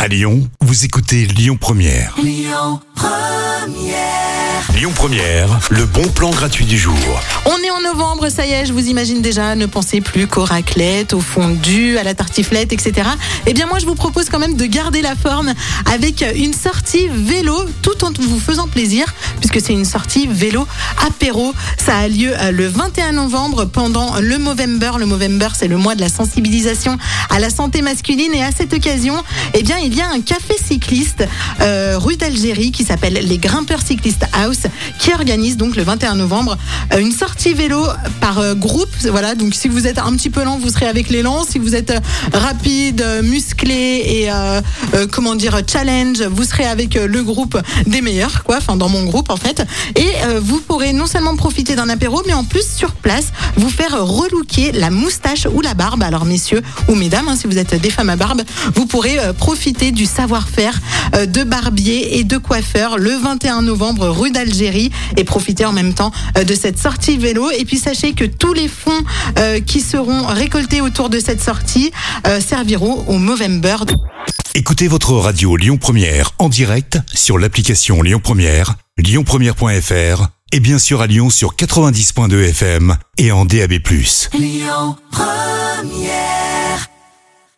À Lyon, vous écoutez Lyon Première. Lyon Première. Lyon Première, le bon plan gratuit du jour. On est en novembre, ça y est, je vous imagine déjà, ne pensez plus qu'aux raclettes, aux fondus, à la tartiflette, etc. Eh bien moi je vous propose quand même de garder la forme avec une sortie vélo tout en vous faisant plaisir, puisque c'est une sortie vélo apéro. Ça a lieu le 21 novembre pendant le Movember. Le Movember, c'est le mois de la sensibilisation à la santé masculine, et à cette occasion, eh bien il y a un café cycliste rue d'Algérie qui s'appelle les Grimpeurs Cyclistes House, qui organise donc le 21 novembre une sortie vélo par groupe. Voilà, donc si vous êtes un petit peu lent, vous serez avec l'élan. Si vous êtes rapide, musclé et challenge, vous serez avec le groupe des meilleurs, quoi. Enfin, dans mon groupe en fait. Et vous pourrez non seulement profiter d'un apéro, mais en plus sur place vous faire relooker la moustache ou la barbe. Alors messieurs ou mesdames, si vous êtes des femmes à barbe, vous pourrez profiter du savoir-faire de barbier et de coiffeur le 21 novembre rue d'Algérie, et profiter en même temps de cette sortie vélo. Et puis sachez que tous les fonds qui seront récoltés autour de cette sortie serviront au Movember. Écoutez votre radio Lyon Première en direct sur l'application Lyon Première, lyonpremière.fr et bien sûr à Lyon sur 90.2 FM et en DAB+. Lyon Première.